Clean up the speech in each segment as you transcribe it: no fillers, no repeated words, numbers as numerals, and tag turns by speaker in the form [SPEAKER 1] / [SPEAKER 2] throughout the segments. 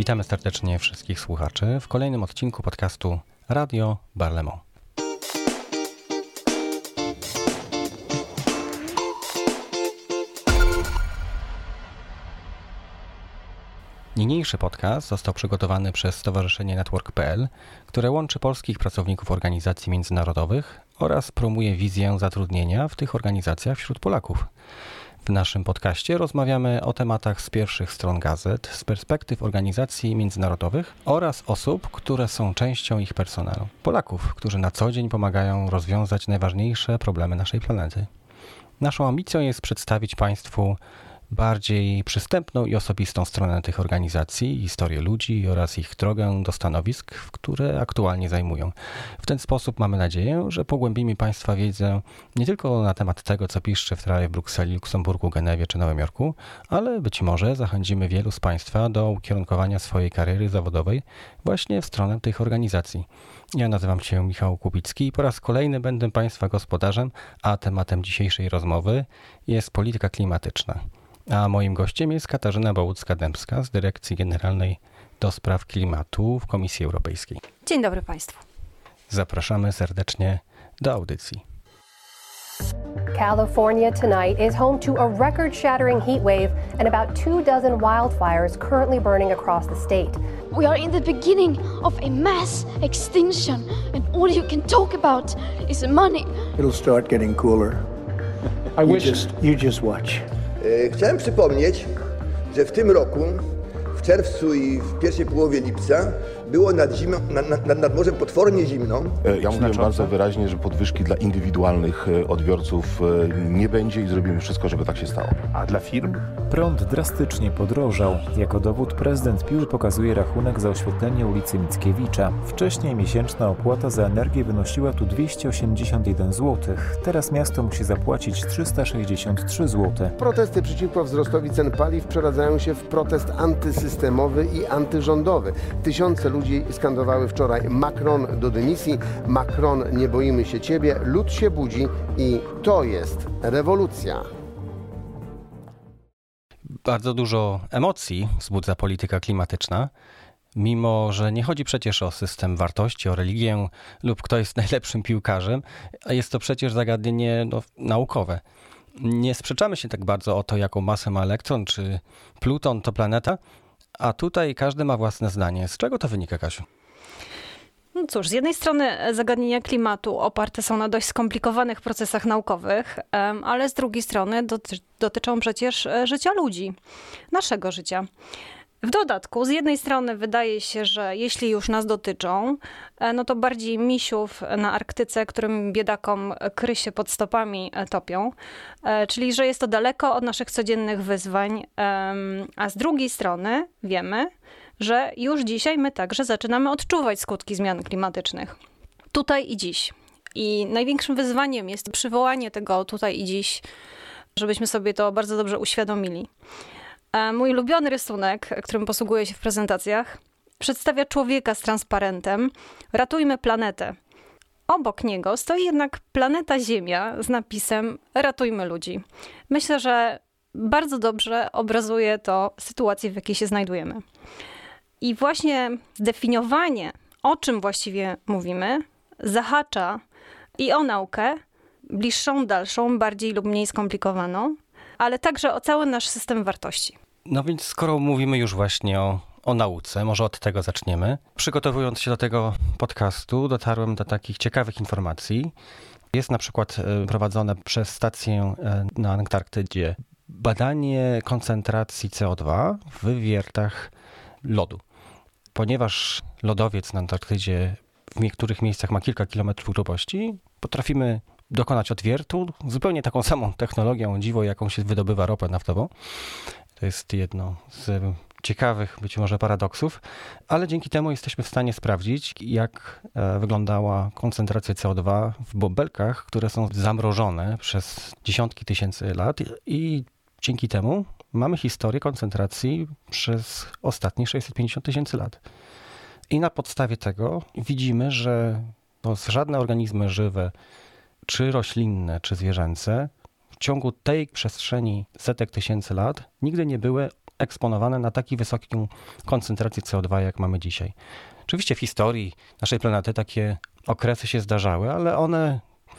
[SPEAKER 1] Witamy serdecznie wszystkich słuchaczy w kolejnym odcinku podcastu Radio Barlemont. Niniejszy podcast został przygotowany przez Stowarzyszenie Network.pl, które łączy polskich pracowników organizacji międzynarodowych oraz promuje wizję zatrudnienia w tych organizacjach wśród Polaków. W naszym podcaście rozmawiamy o tematach z pierwszych stron gazet, z perspektyw organizacji międzynarodowych oraz osób, które są częścią ich personelu. Polaków, którzy na co dzień pomagają rozwiązać najważniejsze problemy naszej planety. Naszą ambicją jest przedstawić Państwu bardziej przystępną i osobistą stronę tych organizacji, historię ludzi oraz ich drogę do stanowisk, w które aktualnie zajmują. W ten sposób mamy nadzieję, że pogłębimy Państwa wiedzę nie tylko na temat tego, co piszczy w trawie w Brukseli, Luksemburgu, Genewie czy Nowym Jorku, ale być może zachęcimy wielu z Państwa do ukierunkowania swojej kariery zawodowej właśnie w stronę tych organizacji. Ja nazywam się Michał Kubicki i po raz kolejny będę Państwa gospodarzem, a tematem dzisiejszej rozmowy jest polityka klimatyczna. A moim gościem jest Katarzyna Bołucka-Dębska z Dyrekcji Generalnej do Spraw Klimatu w Komisji Europejskiej.
[SPEAKER 2] Dzień dobry Państwu.
[SPEAKER 1] Zapraszamy serdecznie do audycji.
[SPEAKER 3] California tonight is home to a record-shattering heat wave and about 24 wildfires currently burning across the state.
[SPEAKER 4] We are in the beginning of a mass extinction and all you can talk about is money.
[SPEAKER 5] It'll start getting cooler. You just watch.
[SPEAKER 6] Chciałem przypomnieć, że w tym roku, w czerwcu i w pierwszej połowie lipca było nad morzem potwornie zimno.
[SPEAKER 7] Ja mówiłem bardzo wyraźnie, że podwyżki dla indywidualnych odbiorców nie będzie i zrobimy wszystko, żeby tak się stało.
[SPEAKER 8] A dla firm? Prąd drastycznie podrożał. Jako dowód prezydent Piły pokazuje rachunek za oświetlenie ulicy Mickiewicza. Wcześniej miesięczna opłata za energię wynosiła tu 281 zł. Teraz miasto musi zapłacić 363 zł.
[SPEAKER 9] Protesty przeciwko wzrostowi cen paliw przeradzają się w protest antysystemowy i antyrządowy. Tysiące ludzi skandowały wczoraj Macron do dymisji, Macron nie boimy się ciebie, lud się budzi i to jest rewolucja.
[SPEAKER 1] Bardzo dużo emocji wzbudza polityka klimatyczna, mimo że nie chodzi przecież o system wartości, o religię lub kto jest najlepszym piłkarzem, a jest to przecież zagadnienie naukowe. Nie sprzeczamy się tak bardzo o to, jaką masę ma elektron, czy Pluton to planeta, a tutaj każdy ma własne zdanie. Z czego to wynika, Kasiu?
[SPEAKER 2] No cóż, z jednej strony zagadnienia klimatu oparte są na dość skomplikowanych procesach naukowych, ale z drugiej strony dotyczą przecież życia ludzi, naszego życia. W dodatku, z jednej strony wydaje się, że jeśli już nas dotyczą, no to bardziej misiów na Arktyce, którym biedakom kry się pod stopami topią, czyli że jest to daleko od naszych codziennych wyzwań, a z drugiej strony wiemy, że już dzisiaj my także zaczynamy odczuwać skutki zmian klimatycznych. Tutaj i dziś. I największym wyzwaniem jest przywołanie tego tutaj i dziś, żebyśmy sobie to bardzo dobrze uświadomili. Mój ulubiony rysunek, którym posługuję się w prezentacjach, przedstawia człowieka z transparentem „Ratujmy planetę”. Obok niego stoi jednak planeta Ziemia z napisem „Ratujmy ludzi”. Myślę, że bardzo dobrze obrazuje to sytuację, w jakiej się znajdujemy. I właśnie zdefiniowanie, o czym właściwie mówimy, zahacza i o naukę, bliższą, dalszą, bardziej lub mniej skomplikowaną, ale także o cały nasz system wartości.
[SPEAKER 1] No więc skoro mówimy już właśnie o nauce, może od tego zaczniemy. Przygotowując się do tego podcastu, dotarłem do takich ciekawych informacji. Jest na przykład prowadzone przez stację na Antarktydzie badanie koncentracji CO2 w wywiertach lodu. Ponieważ lodowiec na Antarktydzie w niektórych miejscach ma kilka kilometrów grubości, potrafimy dokonać odwiertu zupełnie taką samą technologią, dziwo, jaką się wydobywa ropę naftową. To jest jedno z ciekawych być może paradoksów, ale dzięki temu jesteśmy w stanie sprawdzić, jak wyglądała koncentracja CO2 w bąbelkach, które są zamrożone przez dziesiątki tysięcy lat i dzięki temu mamy historię koncentracji przez ostatnie 650 tysięcy lat. I na podstawie tego widzimy, że żadne organizmy żywe, czy roślinne, czy zwierzęce, w ciągu tej przestrzeni setek tysięcy lat nigdy nie były eksponowane na takiej wysokiej koncentracji CO2, jak mamy dzisiaj. Oczywiście w historii naszej planety takie okresy się zdarzały, ale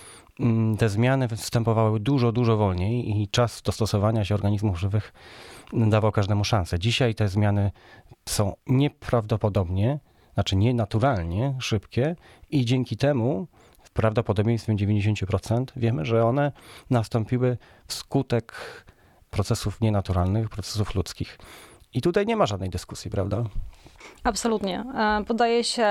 [SPEAKER 1] te zmiany występowały dużo wolniej i czas dostosowania się organizmów żywych dawał każdemu szansę. Dzisiaj te zmiany są nieprawdopodobnie, nienaturalnie szybkie i dzięki temu prawdopodobieństwem 90% wiemy, że one nastąpiły wskutek procesów nienaturalnych, procesów ludzkich. I tutaj nie ma żadnej dyskusji, prawda?
[SPEAKER 2] Absolutnie. Podaje się,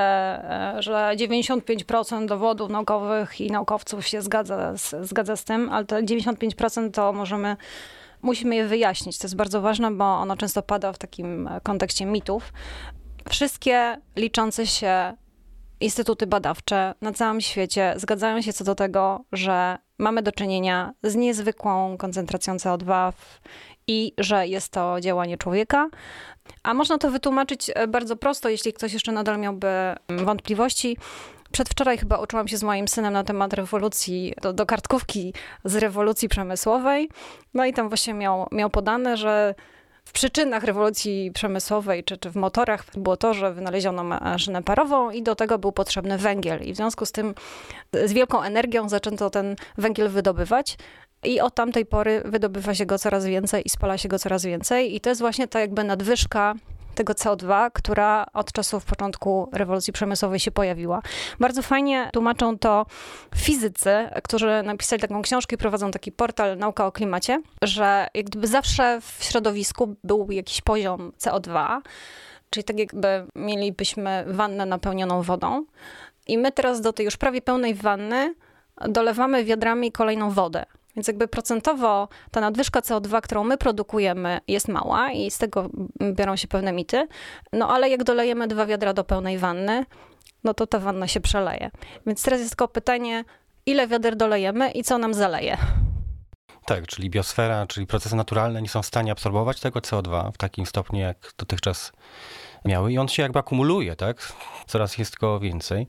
[SPEAKER 2] że 95% dowodów naukowych i naukowców się zgadza z tym, ale te 95% to musimy je wyjaśnić. To jest bardzo ważne, bo ono często pada w takim kontekście mitów. Wszystkie liczące się instytuty badawcze na całym świecie zgadzają się co do tego, że mamy do czynienia z niezwykłą koncentracją CO2 i że jest to działanie człowieka. A można to wytłumaczyć bardzo prosto, jeśli ktoś jeszcze nadal miałby wątpliwości. Przedwczoraj chyba uczyłam się z moim synem na temat rewolucji, do kartkówki z rewolucji przemysłowej. No i tam właśnie miał podane, że w przyczynach rewolucji przemysłowej czy w motorach było to, że wynaleziono maszynę parową i do tego był potrzebny węgiel. I w związku z tym z wielką energią zaczęto ten węgiel wydobywać. I od tamtej pory wydobywa się go coraz więcej i spala się go coraz więcej. I to jest właśnie ta jakby nadwyżka tego CO2, która od czasów początku rewolucji przemysłowej się pojawiła. Bardzo fajnie tłumaczą to fizycy, którzy napisali taką książkę i prowadzą taki portal Nauka o klimacie, że jak gdyby zawsze w środowisku był jakiś poziom CO2, czyli tak jakby mielibyśmy wannę napełnioną wodą i my teraz do tej już prawie pełnej wanny dolewamy wiadrami kolejną wodę. Więc jakby procentowo ta nadwyżka CO2, którą my produkujemy, jest mała i z tego biorą się pewne mity. No ale jak dolejemy 2 wiadra do pełnej wanny, no to ta wanna się przeleje. Więc teraz jest tylko pytanie, ile wiader dolejemy i co nam zaleje.
[SPEAKER 1] Tak, czyli biosfera, czyli procesy naturalne nie są w stanie absorbować tego CO2 w takim stopniu, jak dotychczas miały. I on się jakby akumuluje, tak? Coraz jest go więcej.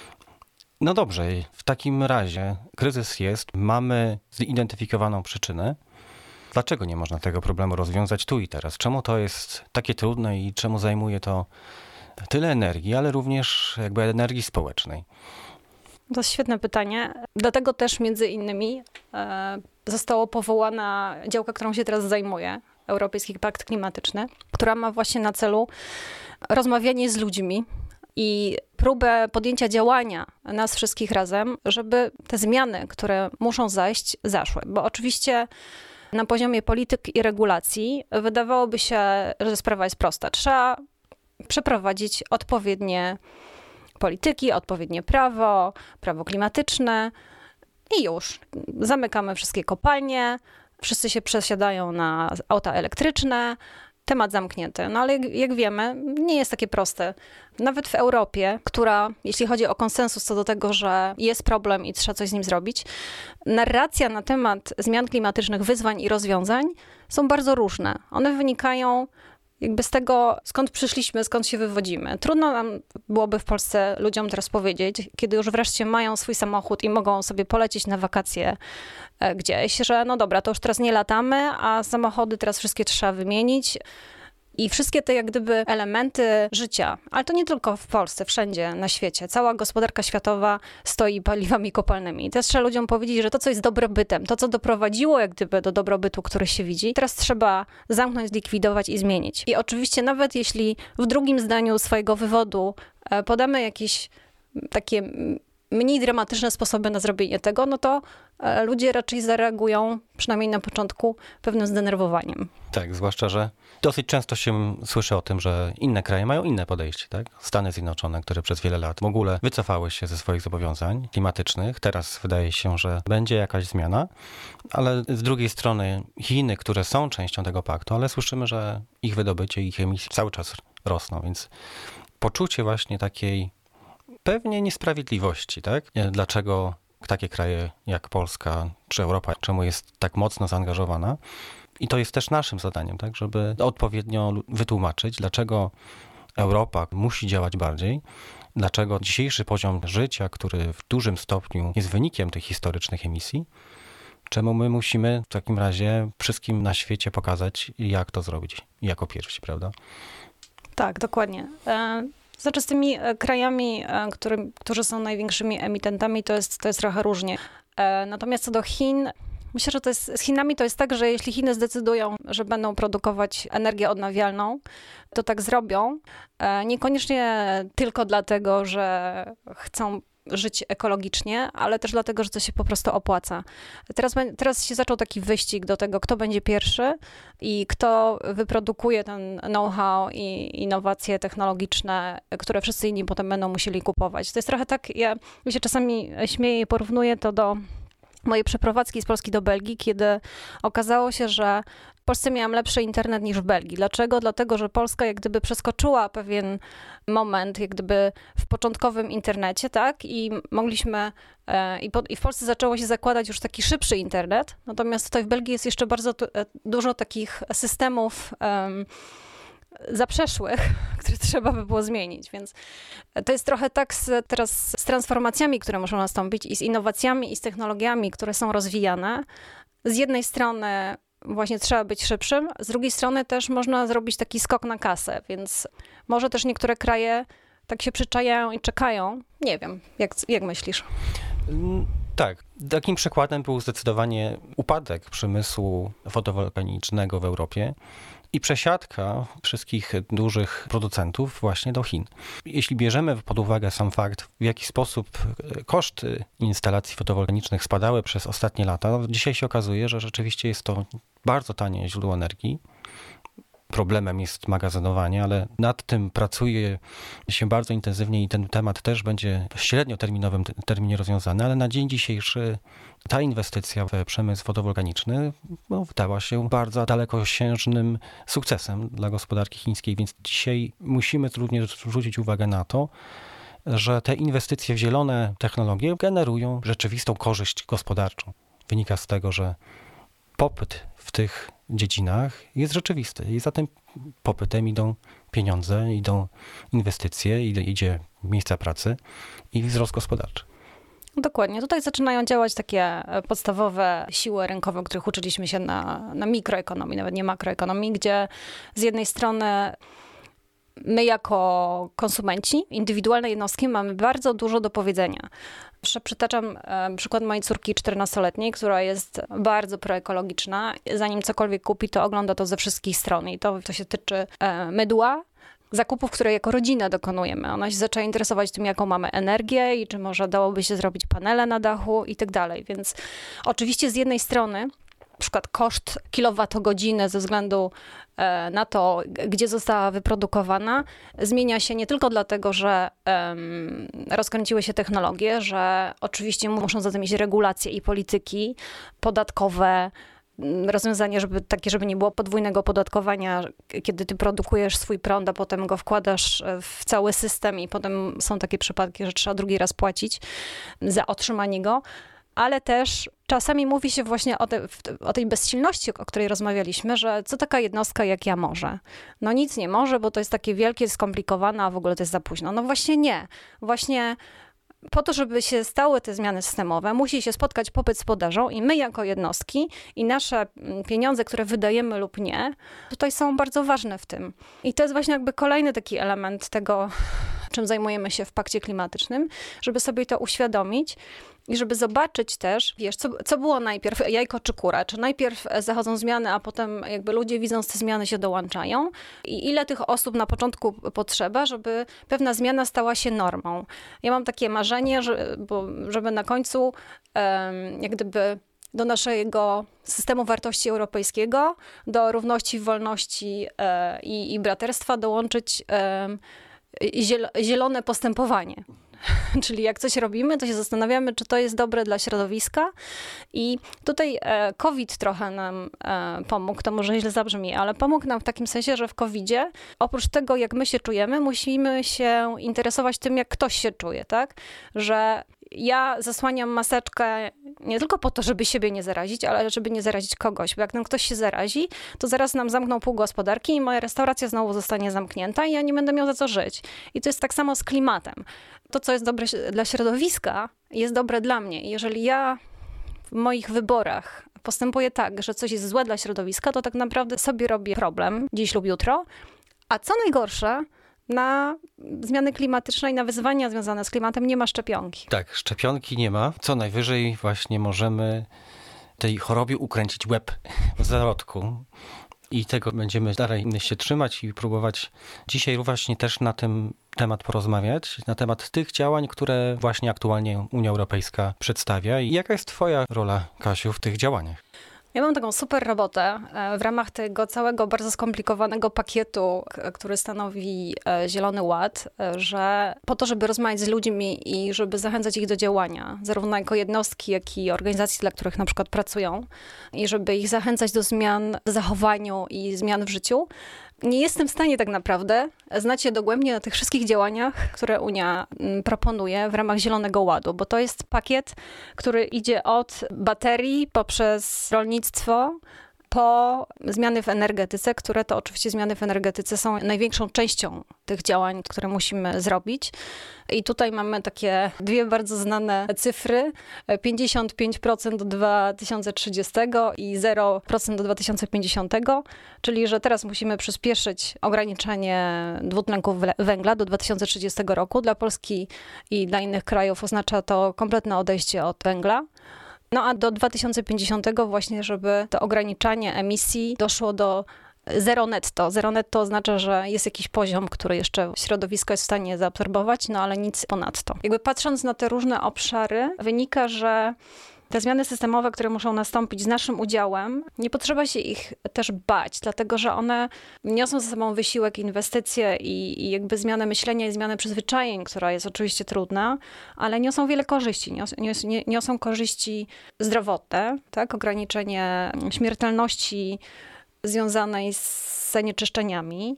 [SPEAKER 1] No dobrze, w takim razie kryzys jest, mamy zidentyfikowaną przyczynę. Dlaczego nie można tego problemu rozwiązać tu i teraz? Czemu to jest takie trudne i czemu zajmuje to tyle energii, ale również jakby energii społecznej?
[SPEAKER 2] To jest świetne pytanie. Dlatego też między innymi została powołana działka, którą się teraz zajmuję, Europejski Pakt Klimatyczny, która ma właśnie na celu rozmawianie z ludźmi i próbę podjęcia działania nas wszystkich razem, żeby te zmiany, które muszą zajść, zaszły. Bo oczywiście na poziomie polityk i regulacji wydawałoby się, że sprawa jest prosta. Trzeba przeprowadzić odpowiednie polityki, odpowiednie prawo klimatyczne i już. Zamykamy wszystkie kopalnie, wszyscy się przesiadają na auta elektryczne, temat zamknięty. No ale jak wiemy, nie jest takie proste. Nawet w Europie, która, jeśli chodzi o konsensus co do tego, że jest problem i trzeba coś z nim zrobić, narracja na temat zmian klimatycznych, wyzwań i rozwiązań są bardzo różne. One wynikają jakby z tego, skąd przyszliśmy, skąd się wywodzimy. Trudno nam byłoby w Polsce ludziom teraz powiedzieć, kiedy już wreszcie mają swój samochód i mogą sobie polecieć na wakacje gdzieś, że no dobra, to już teraz nie latamy, a samochody teraz wszystkie trzeba wymienić. I wszystkie te jak gdyby elementy życia, ale to nie tylko w Polsce, wszędzie na świecie. Cała gospodarka światowa stoi paliwami kopalnymi. I teraz trzeba ludziom powiedzieć, że to, co jest dobrobytem, to, co doprowadziło jak gdyby do dobrobytu, który się widzi, teraz trzeba zamknąć, zlikwidować i zmienić. I oczywiście nawet jeśli w drugim zdaniu swojego wywodu podamy jakieś takie mniej dramatyczne sposoby na zrobienie tego, no to ludzie raczej zareagują, przynajmniej na początku, pewnym zdenerwowaniem.
[SPEAKER 1] Tak, zwłaszcza, że dosyć często się słyszy o tym, że inne kraje mają inne podejście, tak? Stany Zjednoczone, które przez wiele lat w ogóle wycofały się ze swoich zobowiązań klimatycznych. Teraz wydaje się, że będzie jakaś zmiana, ale z drugiej strony Chiny, które są częścią tego paktu, ale słyszymy, że ich wydobycie, ich emisje cały czas rosną, więc poczucie właśnie takiej pewnie niesprawiedliwości, tak? Dlaczego takie kraje jak Polska czy Europa, czemu jest tak mocno zaangażowana? I to jest też naszym zadaniem, tak? Żeby odpowiednio wytłumaczyć, dlaczego Europa musi działać bardziej, dlaczego dzisiejszy poziom życia, który w dużym stopniu jest wynikiem tych historycznych emisji, Czemu my musimy w takim razie wszystkim na świecie pokazać, jak to zrobić jako pierwsi, prawda?
[SPEAKER 2] Tak, dokładnie. Znaczy z tymi krajami, którzy są największymi emitentami, to jest trochę różnie. Natomiast co do Chin, myślę, że z Chinami to jest tak, że jeśli Chiny zdecydują, że będą produkować energię odnawialną, to tak zrobią. Niekoniecznie tylko dlatego, że chcą żyć ekologicznie, ale też dlatego, że to się po prostu opłaca. Teraz się zaczął taki wyścig do tego, kto będzie pierwszy i kto wyprodukuje ten know-how i innowacje technologiczne, które wszyscy inni potem będą musieli kupować. To jest trochę tak, ja się czasami śmieję i porównuję to do mojej przeprowadzki z Polski do Belgii, kiedy okazało się, że w Polsce miałam lepszy internet niż w Belgii. Dlaczego? Dlatego, że Polska jak gdyby przeskoczyła pewien moment, jak gdyby w początkowym internecie, tak? I mogliśmy, i w Polsce zaczęło się zakładać już taki szybszy internet, natomiast tutaj w Belgii jest jeszcze bardzo dużo takich systemów zaprzeszłych, które trzeba by było zmienić, więc to jest trochę tak teraz z transformacjami, które muszą nastąpić i z innowacjami i z technologiami, które są rozwijane. Z jednej strony właśnie trzeba być szybszym, z drugiej strony też można zrobić taki skok na kasę, więc może też niektóre kraje tak się przyczajają i czekają. Nie wiem, jak myślisz?
[SPEAKER 1] Tak, takim przykładem był zdecydowanie upadek przemysłu fotowoltaicznego w Europie i przesiadka wszystkich dużych producentów właśnie do Chin. Jeśli bierzemy pod uwagę sam fakt, w jaki sposób koszty instalacji fotowoltaicznych spadały przez ostatnie lata, dzisiaj się okazuje, że rzeczywiście jest to bardzo tanie źródło energii. Problemem jest magazynowanie, ale nad tym pracuje się bardzo intensywnie i ten temat też będzie w średnioterminowym terminie rozwiązany, ale na dzień dzisiejszy ta inwestycja w przemysł fotowoltaiczny wydała się bardzo dalekosiężnym sukcesem dla gospodarki chińskiej, więc dzisiaj musimy również zwrócić uwagę na to, że te inwestycje w zielone technologie generują rzeczywistą korzyść gospodarczą. Wynika z tego, że popyt w tych dziedzinach jest rzeczywisty i za tym popytem idą pieniądze, idą inwestycje, idzie miejsca pracy i wzrost gospodarczy.
[SPEAKER 2] Dokładnie. Tutaj zaczynają działać takie podstawowe siły rynkowe, których uczyliśmy się na mikroekonomii, nawet nie makroekonomii, gdzie z jednej strony my jako konsumenci, indywidualne jednostki mamy bardzo dużo do powiedzenia. Przytaczam przykład mojej córki 14-letniej, która jest bardzo proekologiczna. Zanim cokolwiek kupi, to ogląda to ze wszystkich stron i to się tyczy mydła, zakupów, które jako rodzina dokonujemy. Ona się zaczęła interesować tym, jaką mamy energię i czy może dałoby się zrobić panele na dachu i tak dalej. Więc oczywiście z jednej strony na przykład koszt kilowatogodziny ze względu na to, gdzie została wyprodukowana, zmienia się nie tylko dlatego, że rozkręciły się technologie, że oczywiście muszą za tym iść regulacje i polityki podatkowe, rozwiązanie, żeby nie było podwójnego opodatkowania, kiedy ty produkujesz swój prąd, a potem go wkładasz w cały system i potem są takie przypadki, że trzeba drugi raz płacić za otrzymanie go. Ale też czasami mówi się właśnie o tej bezsilności, o której rozmawialiśmy, że co taka jednostka jak ja może? No nic nie może, bo to jest takie wielkie, skomplikowane, a w ogóle to jest za późno. No właśnie nie. Właśnie po to, żeby się stały te zmiany systemowe, musi się spotkać popyt z podażą i my jako jednostki i nasze pieniądze, które wydajemy lub nie, tutaj są bardzo ważne w tym. I to jest właśnie jakby kolejny taki element tego, czym zajmujemy się w pakcie klimatycznym, żeby sobie to uświadomić i żeby zobaczyć też, wiesz, co było najpierw, jajko czy kura, czy najpierw zachodzą zmiany, a potem jakby ludzie widząc te zmiany się dołączają i ile tych osób na początku potrzeba, żeby pewna zmiana stała się normą. Ja mam takie marzenie, żeby na końcu jak gdyby do naszego systemu wartości europejskiego, do równości, wolności i braterstwa dołączyć zielone postępowanie. Czyli jak coś robimy, to się zastanawiamy, czy to jest dobre dla środowiska. I tutaj COVID trochę nam pomógł, to może źle zabrzmi, ale pomógł nam w takim sensie, że w COVID-zie oprócz tego, jak my się czujemy, musimy się interesować tym, jak ktoś się czuje, tak? Że ja zasłaniam maseczkę nie tylko po to, żeby siebie nie zarazić, ale żeby nie zarazić kogoś, bo jak nam ktoś się zarazi, to zaraz nam zamkną pół gospodarki i moja restauracja znowu zostanie zamknięta i ja nie będę miał za co żyć. I to jest tak samo z klimatem. To, co jest dobre dla środowiska, jest dobre dla mnie. I jeżeli ja w moich wyborach postępuję tak, że coś jest złe dla środowiska, to tak naprawdę sobie robię problem dziś lub jutro. A co najgorsze, na zmiany klimatyczne i na wyzwania związane z klimatem nie ma szczepionki.
[SPEAKER 1] Tak, szczepionki nie ma. Co najwyżej właśnie możemy tej chorobie ukręcić łeb w zarodku. I tego będziemy dalej się trzymać i próbować dzisiaj właśnie też na ten temat porozmawiać, na temat tych działań, które właśnie aktualnie Unia Europejska przedstawia. I jaka jest twoja rola, Kasiu, w tych działaniach?
[SPEAKER 2] Ja mam taką super robotę w ramach tego całego bardzo skomplikowanego pakietu, który stanowi Zielony Ład, że po to, żeby rozmawiać z ludźmi i żeby zachęcać ich do działania, zarówno jako jednostki, jak i organizacji, dla których na przykład pracują, i żeby ich zachęcać do zmian w zachowaniu i zmian w życiu, nie jestem w stanie tak naprawdę znać się dogłębnie na tych wszystkich działaniach, które Unia proponuje w ramach Zielonego Ładu, bo to jest pakiet, który idzie od baterii poprzez rolnictwo, po zmiany w energetyce, które to oczywiście zmiany w energetyce są największą częścią tych działań, które musimy zrobić. I tutaj mamy takie dwie bardzo znane cyfry. 55% do 2030 i 0% do 2050, czyli że teraz musimy przyspieszyć ograniczenie dwutlenku węgla do 2030 roku. Dla Polski i dla innych krajów oznacza to kompletne odejście od węgla. No a do 2050 właśnie, żeby to ograniczanie emisji doszło do zero netto. Zero netto oznacza, że jest jakiś poziom, który jeszcze środowisko jest w stanie zaabsorbować, no ale nic ponadto. Jakby patrząc na te różne obszary, wynika, że te zmiany systemowe, które muszą nastąpić z naszym udziałem, nie potrzeba się ich też bać, dlatego że one niosą ze sobą wysiłek, inwestycje i jakby zmianę myślenia i zmianę przyzwyczajeń, która jest oczywiście trudna, ale niosą wiele korzyści. Niosą korzyści zdrowotne, tak? Ograniczenie śmiertelności związanej z zanieczyszczeniami.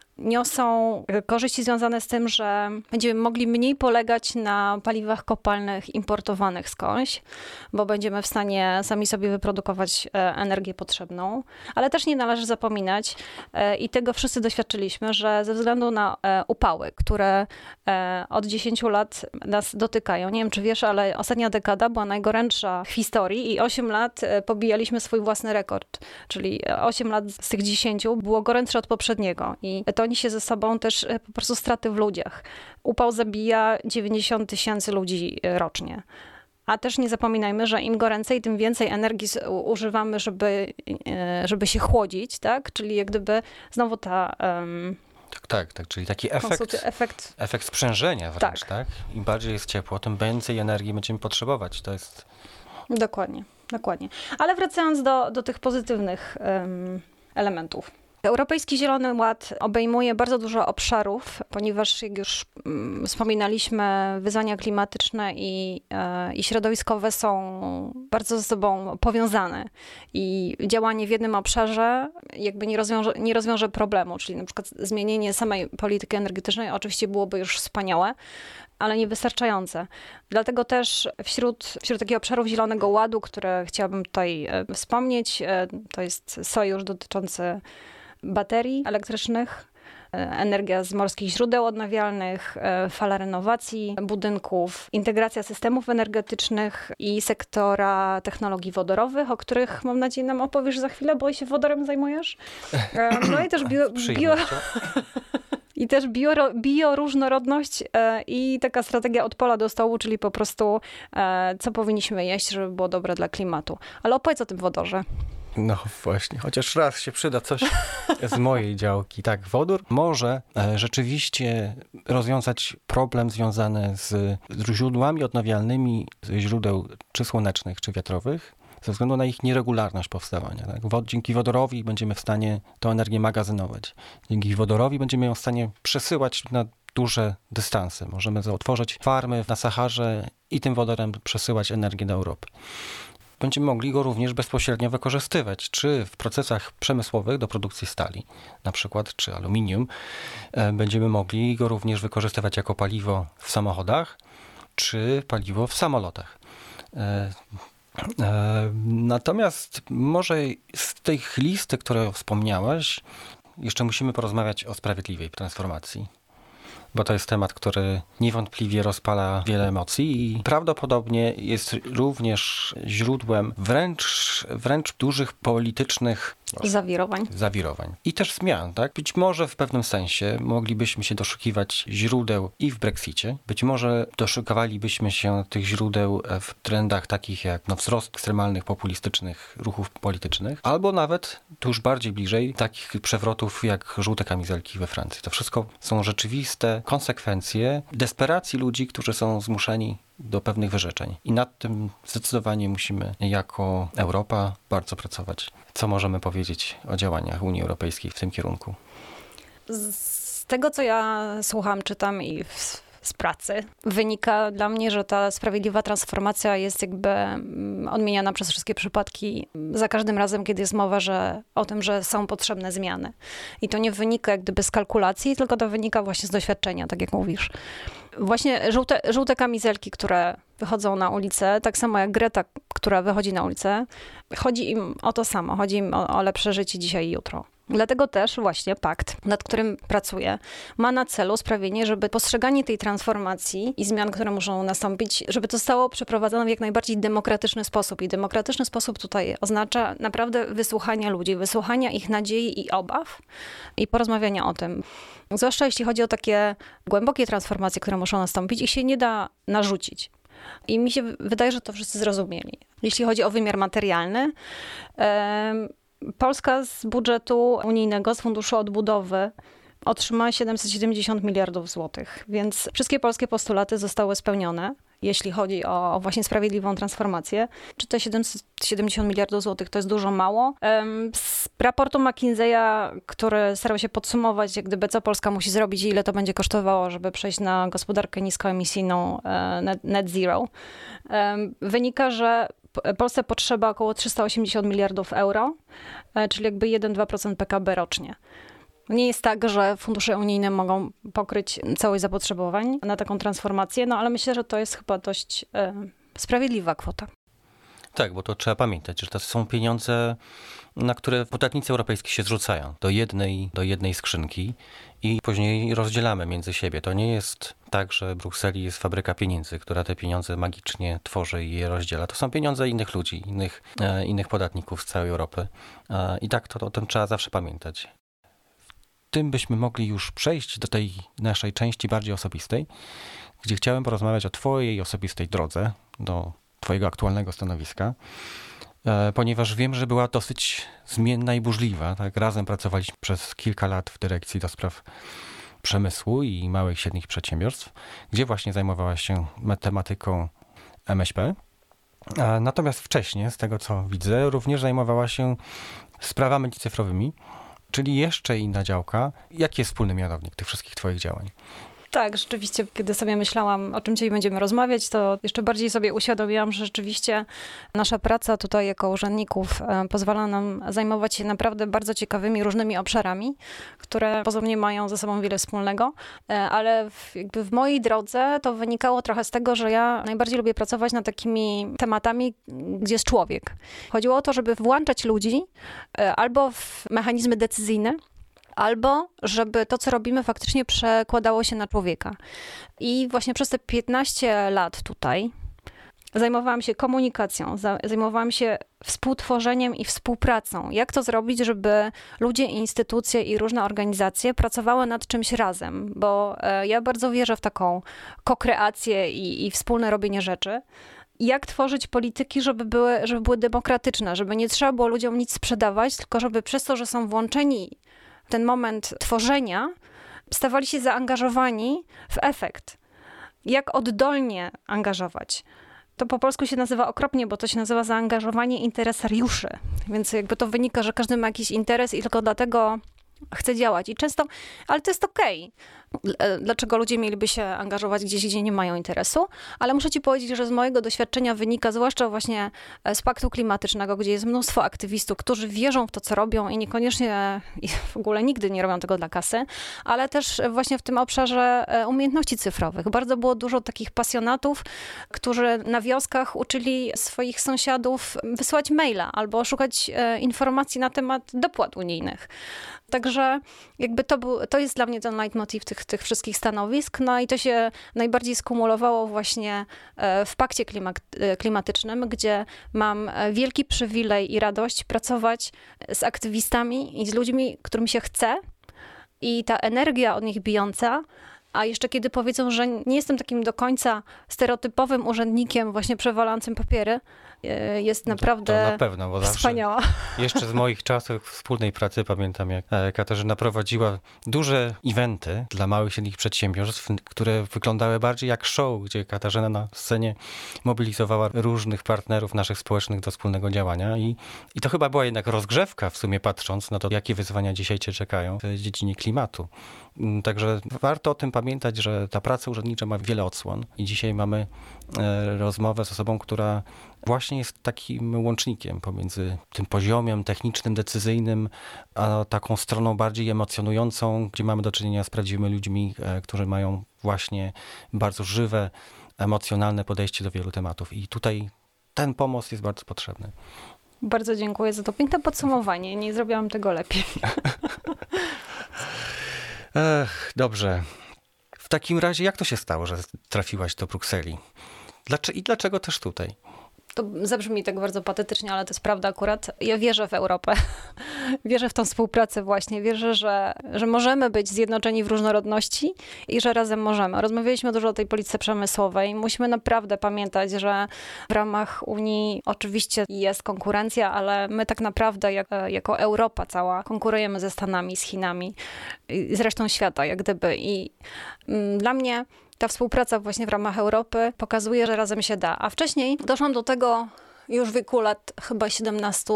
[SPEAKER 2] Niosą korzyści związane z tym, że będziemy mogli mniej polegać na paliwach kopalnych importowanych skądś, bo będziemy w stanie sami sobie wyprodukować energię potrzebną. Ale też nie należy zapominać, i tego wszyscy doświadczyliśmy, że ze względu na upały, które od 10 lat nas dotykają, nie wiem czy wiesz, ale ostatnia dekada była najgorętsza w historii i 8 lat pobijaliśmy swój własny rekord. Czyli 8 lat z tych 10 było gorętsze od poprzedniego i to niesie ze sobą też po prostu straty w ludziach. Upał zabija 90 000 ludzi rocznie. A też nie zapominajmy, że im goręcej, tym więcej energii używamy, żeby się chłodzić, tak? Czyli jak gdyby znowu ta...
[SPEAKER 1] Tak, czyli taki efekt sprzężenia wręcz, tak? Im bardziej jest ciepło, tym więcej energii będziemy potrzebować. To jest...
[SPEAKER 2] Dokładnie. Ale wracając do tych pozytywnych elementów. Europejski Zielony Ład obejmuje bardzo dużo obszarów, ponieważ jak już wspominaliśmy, wyzwania klimatyczne i środowiskowe są bardzo ze sobą powiązane i działanie w jednym obszarze jakby nie rozwiąże problemu, czyli na przykład zmienienie samej polityki energetycznej oczywiście byłoby już wspaniałe, ale niewystarczające. Dlatego też wśród takich obszarów Zielonego Ładu, które chciałabym tutaj wspomnieć, to jest sojusz dotyczący baterii elektrycznych, energia z morskich źródeł odnawialnych, fala renowacji budynków, integracja systemów energetycznych i sektora technologii wodorowych, o których mam nadzieję nam opowiesz za chwilę, bo się wodorem zajmujesz. No i też bioróżnorodność i taka strategia od pola do stołu, czyli po prostu co powinniśmy jeść, żeby było dobre dla klimatu. Ale opowiedz o tym wodorze.
[SPEAKER 1] No właśnie, chociaż raz się przyda coś z mojej działki. Tak, wodór może rzeczywiście rozwiązać problem związany z źródłami odnawialnymi ze źródeł czy słonecznych, czy wiatrowych, ze względu na ich nieregularność powstawania. Tak? Dzięki wodorowi będziemy w stanie tę energię magazynować. Dzięki wodorowi będziemy ją w stanie przesyłać na duże dystanse. Możemy otworzyć farmy na Saharze i tym wodorem przesyłać energię do Europy. Będziemy mogli go również bezpośrednio wykorzystywać, czy w procesach przemysłowych do produkcji stali, na przykład, czy aluminium. Będziemy mogli go również wykorzystywać jako paliwo w samochodach, czy paliwo w samolotach. Natomiast może z tych listy, które wspomniałaś, jeszcze musimy porozmawiać o sprawiedliwej transformacji. bo to jest temat, który niewątpliwie rozpala wiele emocji i prawdopodobnie jest również źródłem wręcz dużych politycznych zawirowań. I też zmian, tak? Być może w pewnym sensie moglibyśmy się doszukiwać źródeł i w Brexicie. Być może doszukowalibyśmy się tych źródeł w trendach takich jak wzrost ekstremalnych, populistycznych ruchów politycznych, albo nawet tuż bardziej bliżej takich przewrotów jak żółte kamizelki we Francji. To wszystko są rzeczywiste konsekwencje desperacji ludzi, którzy są zmuszeni do pewnych wyrzeczeń. I nad tym zdecydowanie musimy jako Europa bardzo pracować. Co możemy powiedzieć o działaniach Unii Europejskiej w tym kierunku?
[SPEAKER 2] Z tego, co ja słucham, czytam i z pracy, wynika dla mnie, że ta sprawiedliwa transformacja jest jakby odmieniana przez wszystkie przypadki za każdym razem, kiedy jest mowa o tym, że są potrzebne zmiany. I to nie wynika jak gdyby z kalkulacji, tylko to wynika właśnie z doświadczenia, tak jak mówisz. Właśnie żółte kamizelki, które wychodzą na ulicę, tak samo jak Greta, która wychodzi na ulicę, chodzi im o to samo, chodzi im o lepsze życie dzisiaj i jutro. Dlatego też właśnie pakt, nad którym pracuję, ma na celu sprawienie, żeby postrzeganie tej transformacji i zmian, które muszą nastąpić, żeby to zostało przeprowadzone w jak najbardziej demokratyczny sposób. I demokratyczny sposób tutaj oznacza naprawdę wysłuchania ludzi, wysłuchania ich nadziei i obaw i porozmawiania o tym. Zwłaszcza jeśli chodzi o takie głębokie transformacje, które muszą nastąpić, ich się nie da narzucić. I mi się wydaje, że to wszyscy zrozumieli. Jeśli chodzi o wymiar materialny, Polska z budżetu unijnego, z Funduszu Odbudowy otrzymała 770 miliardów złotych, więc wszystkie polskie postulaty zostały spełnione, jeśli chodzi o właśnie sprawiedliwą transformację. Czy te 770 miliardów złotych to jest dużo, mało? Z raportu McKinsey'a, który starał się podsumować, jak gdyby co Polska musi zrobić i ile to będzie kosztowało, żeby przejść na gospodarkę niskoemisyjną net zero, wynika, że Polsce potrzeba około 380 miliardów euro, czyli jakby 1-2% PKB rocznie. Nie jest tak, że fundusze unijne mogą pokryć całość zapotrzebowań na taką transformację, ale myślę, że to jest chyba dość sprawiedliwa kwota.
[SPEAKER 1] Tak, bo to trzeba pamiętać, że to są pieniądze, na które podatnicy europejscy się zrzucają do jednej skrzynki i później rozdzielamy między siebie. To nie jest tak, że w Brukseli jest fabryka pieniędzy, która te pieniądze magicznie tworzy i je rozdziela. To są pieniądze innych ludzi, innych podatników z całej Europy. I tak to o tym trzeba zawsze pamiętać. W tym byśmy mogli już przejść do tej naszej części bardziej osobistej, gdzie chciałem porozmawiać o twojej osobistej drodze do twojego aktualnego stanowiska, ponieważ wiem, że była dosyć zmienna i burzliwa. Tak? Razem pracowaliśmy przez kilka lat w dyrekcji do spraw przemysłu i małych i średnich przedsiębiorstw, gdzie właśnie zajmowałaś się tematyką MŚP. Natomiast wcześniej, z tego co widzę, również zajmowała się sprawami cyfrowymi, czyli jeszcze inna działka. Jaki jest wspólny mianownik tych wszystkich twoich działań?
[SPEAKER 2] Tak, rzeczywiście, kiedy sobie myślałam, o czym dzisiaj będziemy rozmawiać, to jeszcze bardziej sobie uświadomiłam, że rzeczywiście nasza praca tutaj jako urzędników pozwala nam zajmować się naprawdę bardzo ciekawymi, różnymi obszarami, które pozornie mają ze sobą wiele wspólnego, ale w mojej drodze to wynikało trochę z tego, że ja najbardziej lubię pracować nad takimi tematami, gdzie jest człowiek. Chodziło o to, żeby włączać ludzi albo w mechanizmy decyzyjne, albo żeby to, co robimy, faktycznie przekładało się na człowieka. I właśnie przez te 15 lat tutaj zajmowałam się komunikacją, zajmowałam się współtworzeniem i współpracą. Jak to zrobić, żeby ludzie, instytucje i różne organizacje pracowały nad czymś razem, bo ja bardzo wierzę w taką kokreację i wspólne robienie rzeczy. Jak tworzyć polityki, żeby były demokratyczne, żeby nie trzeba było ludziom nic sprzedawać, tylko żeby przez to, że są włączeni w ten moment tworzenia, stawali się zaangażowani w efekt. Jak oddolnie angażować? To po polsku się nazywa okropnie, bo to się nazywa zaangażowanie interesariuszy. Więc jakby to wynika, że każdy ma jakiś interes i tylko dlatego chce działać. I często, ale to jest okej. Dlaczego ludzie mieliby się angażować gdzieś, gdzie nie mają interesu? Ale muszę ci powiedzieć, że z mojego doświadczenia wynika, zwłaszcza właśnie z paktu klimatycznego, gdzie jest mnóstwo aktywistów, którzy wierzą w to, co robią i niekoniecznie i w ogóle nigdy nie robią tego dla kasy, ale też właśnie w tym obszarze umiejętności cyfrowych. Bardzo było dużo takich pasjonatów, którzy na wioskach uczyli swoich sąsiadów wysłać maila albo szukać informacji na temat dopłat unijnych. Także jakby to jest dla mnie ten leitmotiv tych wszystkich stanowisk. No i to się najbardziej skumulowało właśnie w pakcie klimatycznym, gdzie mam wielki przywilej i radość pracować z aktywistami i z ludźmi, którym się chce. I ta energia od nich bijąca, a jeszcze kiedy powiedzą, że nie jestem takim do końca stereotypowym urzędnikiem właśnie przewalającym papiery, jest naprawdę
[SPEAKER 1] to na pewno, bo
[SPEAKER 2] wspaniała.
[SPEAKER 1] Jeszcze z moich czasów wspólnej pracy pamiętam, jak Katarzyna prowadziła duże eventy dla małych i średnich przedsiębiorstw, które wyglądały bardziej jak show, gdzie Katarzyna na scenie mobilizowała różnych partnerów naszych społecznych do wspólnego działania i to chyba była jednak rozgrzewka w sumie, patrząc na to, jakie wyzwania dzisiaj cię czekają w dziedzinie klimatu. Także warto o tym pamiętać, że ta praca urzędnicza ma wiele odsłon i dzisiaj mamy rozmowę z osobą, która właśnie jest takim łącznikiem pomiędzy tym poziomem technicznym, decyzyjnym, a taką stroną bardziej emocjonującą, gdzie mamy do czynienia z prawdziwymi ludźmi, którzy mają właśnie bardzo żywe, emocjonalne podejście do wielu tematów. I tutaj ten pomost jest bardzo potrzebny.
[SPEAKER 2] Bardzo dziękuję za to piękne podsumowanie. Nie zrobiłam tego lepiej.
[SPEAKER 1] Dobrze. W takim razie jak to się stało, że trafiłaś do Brukseli? I dlaczego też tutaj?
[SPEAKER 2] To zabrzmi tak bardzo patetycznie, ale to jest prawda akurat. Ja wierzę w Europę. Wierzę w tą współpracę właśnie. Wierzę, że możemy być zjednoczeni w różnorodności i że razem możemy. Rozmawialiśmy dużo o tej polityce przemysłowej. Musimy naprawdę pamiętać, że w ramach Unii oczywiście jest konkurencja, ale my tak naprawdę jako Europa cała konkurujemy ze Stanami, z Chinami, z resztą świata jak gdyby. I dla mnie ta współpraca właśnie w ramach Europy pokazuje, że razem się da. A wcześniej doszłam do tego już w wieku lat chyba 17.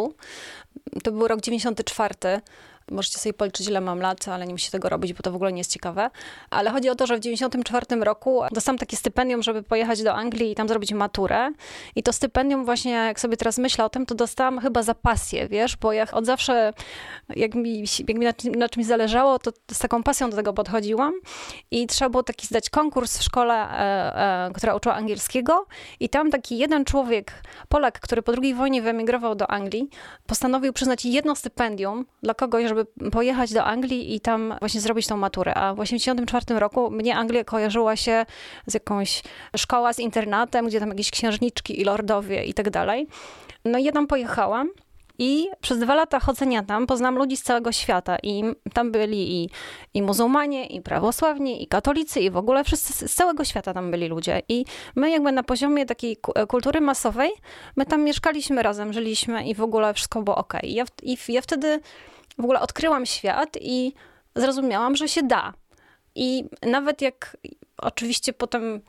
[SPEAKER 2] To był rok 94. Możecie sobie policzyć, ile mam lat, ale nie musicie tego robić, bo to w ogóle nie jest ciekawe. Ale chodzi o to, że w 94 roku dostałam takie stypendium, żeby pojechać do Anglii i tam zrobić maturę. I to stypendium właśnie, jak sobie teraz myślę o tym, to dostałam chyba za pasję, wiesz? Bo ja od zawsze, jak mi na czymś zależało, to z taką pasją do tego podchodziłam. I trzeba było taki zdać konkurs w szkole, która uczyła angielskiego. I tam taki jeden człowiek, Polak, który po II wojnie wyemigrował do Anglii, postanowił przyznać jedno stypendium dla kogoś, żeby pojechać do Anglii i tam właśnie zrobić tą maturę. A w 1984 roku mnie Anglia kojarzyła się z jakąś szkołą, z internatem, gdzie tam jakieś księżniczki i lordowie i tak dalej. No i ja tam pojechałam i przez 2 lata chodzenia tam poznałam ludzi z całego świata i tam byli i muzułmanie, i prawosławni, i katolicy, i w ogóle wszyscy z całego świata tam byli ludzie. I my jakby na poziomie takiej kultury masowej, my tam mieszkaliśmy razem, żyliśmy i w ogóle wszystko było okej. Ja wtedy w ogóle odkryłam świat i zrozumiałam, że się da. I nawet jak oczywiście potem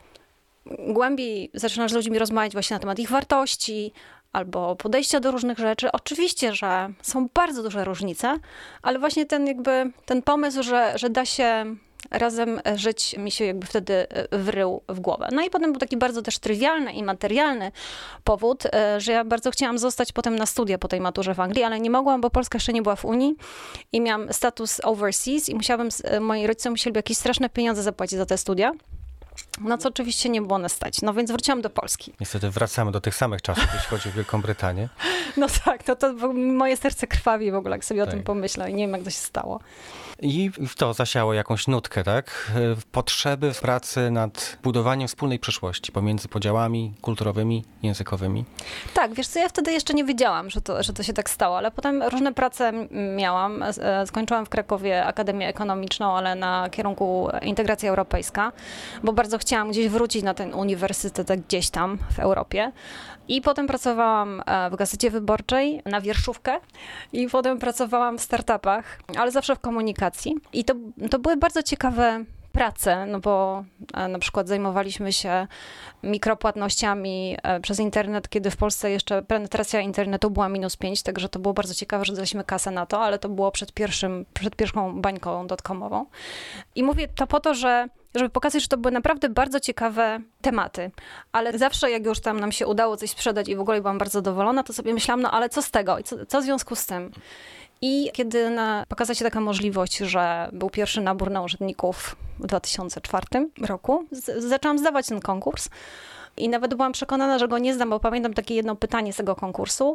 [SPEAKER 2] głębiej zaczynasz z ludźmi rozmawiać właśnie na temat ich wartości albo podejścia do różnych rzeczy, oczywiście, że są bardzo duże różnice, ale właśnie ten pomysł, że da się razem żyć, mi się jakby wtedy wrył w głowę. No i potem był taki bardzo też trywialny i materialny powód, że ja bardzo chciałam zostać potem na studia po tej maturze w Anglii, ale nie mogłam, bo Polska jeszcze nie była w Unii i miałam status overseas i moi rodzice musieli jakieś straszne pieniądze zapłacić za te studia. Na co oczywiście nie było nas stać. No więc wróciłam do Polski.
[SPEAKER 1] Niestety wracamy do tych samych czasów, jeśli chodzi o Wielką Brytanię.
[SPEAKER 2] No tak, to moje serce krwawi w ogóle, jak sobie o tym pomyślę i nie wiem, jak to się stało.
[SPEAKER 1] I to zasiało jakąś nutkę, tak? Potrzeby pracy nad budowaniem wspólnej przyszłości pomiędzy podziałami kulturowymi, językowymi.
[SPEAKER 2] Tak, wiesz co, ja wtedy jeszcze nie wiedziałam, że to się tak stało, ale potem różne prace miałam. Skończyłam w Krakowie Akademię Ekonomiczną, ale na kierunku integracja europejska, bo bardzo chciałam gdzieś wrócić na ten uniwersytet gdzieś tam w Europie. I potem pracowałam w Gazecie Wyborczej na wierszówkę i potem pracowałam w startupach, ale zawsze w komunikacji. I to były bardzo ciekawe prace, no bo na przykład zajmowaliśmy się mikropłatnościami przez internet, kiedy w Polsce jeszcze penetracja internetu była -5, także to było bardzo ciekawe, że daliśmy kasę na to, ale to było przed pierwszą bańką dotcomową. I mówię to po to, żeby pokazać, że to były naprawdę bardzo ciekawe tematy. Ale zawsze, jak już tam nam się udało coś sprzedać i w ogóle byłam bardzo zadowolona, to sobie myślałam, no ale co z tego? I co w związku z tym? I kiedy pokazała się taka możliwość, że był pierwszy nabór na urzędników w 2004 roku, zaczęłam zdawać ten konkurs. I nawet byłam przekonana, że go nie zdam, bo pamiętam takie jedno pytanie z tego konkursu,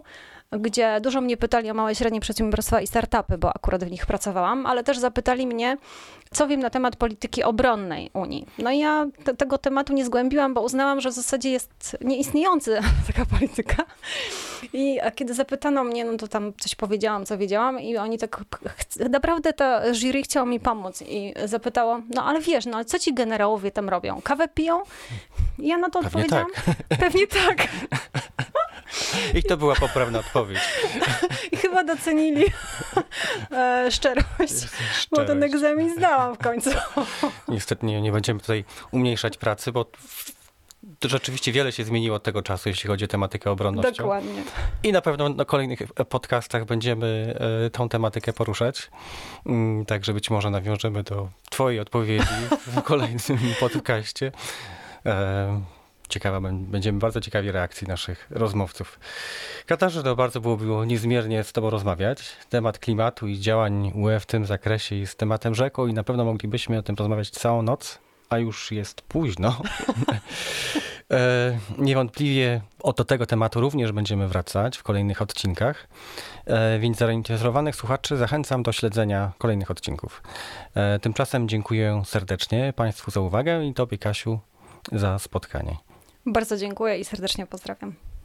[SPEAKER 2] gdzie dużo mnie pytali o małe i średnie przedsiębiorstwa i startupy, bo akurat w nich pracowałam, ale też zapytali mnie, co wiem na temat polityki obronnej Unii. No i ja tego tematu nie zgłębiłam, bo uznałam, że w zasadzie jest nieistniejąca taka polityka. I kiedy zapytano mnie, no to tam coś powiedziałam, co wiedziałam i oni tak, naprawdę ta jury chciało mi pomóc i zapytało, no ale wiesz, no ale co ci generałowie tam robią? Kawę piją? I ja na to odpowiedziałam, pewnie tak.
[SPEAKER 1] I to była poprawna odpowiedź.
[SPEAKER 2] I chyba docenili szczerość, bo ten egzamin zdałam w końcu.
[SPEAKER 1] Niestety nie będziemy tutaj umniejszać pracy, bo rzeczywiście wiele się zmieniło od tego czasu, jeśli chodzi o tematykę obronnością.
[SPEAKER 2] Dokładnie.
[SPEAKER 1] I na pewno na kolejnych podcastach będziemy tą tematykę poruszać. Także być może nawiążemy do twojej odpowiedzi w kolejnym podcaście. Będziemy bardzo ciekawi reakcji naszych rozmówców. Katarzyno, bardzo było niezmiernie z tobą rozmawiać. Temat klimatu i działań UE w tym zakresie jest tematem rzeką i na pewno moglibyśmy o tym rozmawiać całą noc, a już jest późno. Niewątpliwie do tego tematu również będziemy wracać w kolejnych odcinkach, więc zainteresowanych słuchaczy zachęcam do śledzenia kolejnych odcinków. Tymczasem dziękuję serdecznie Państwu za uwagę i tobie, Kasiu, za spotkanie.
[SPEAKER 2] Bardzo dziękuję i serdecznie pozdrawiam.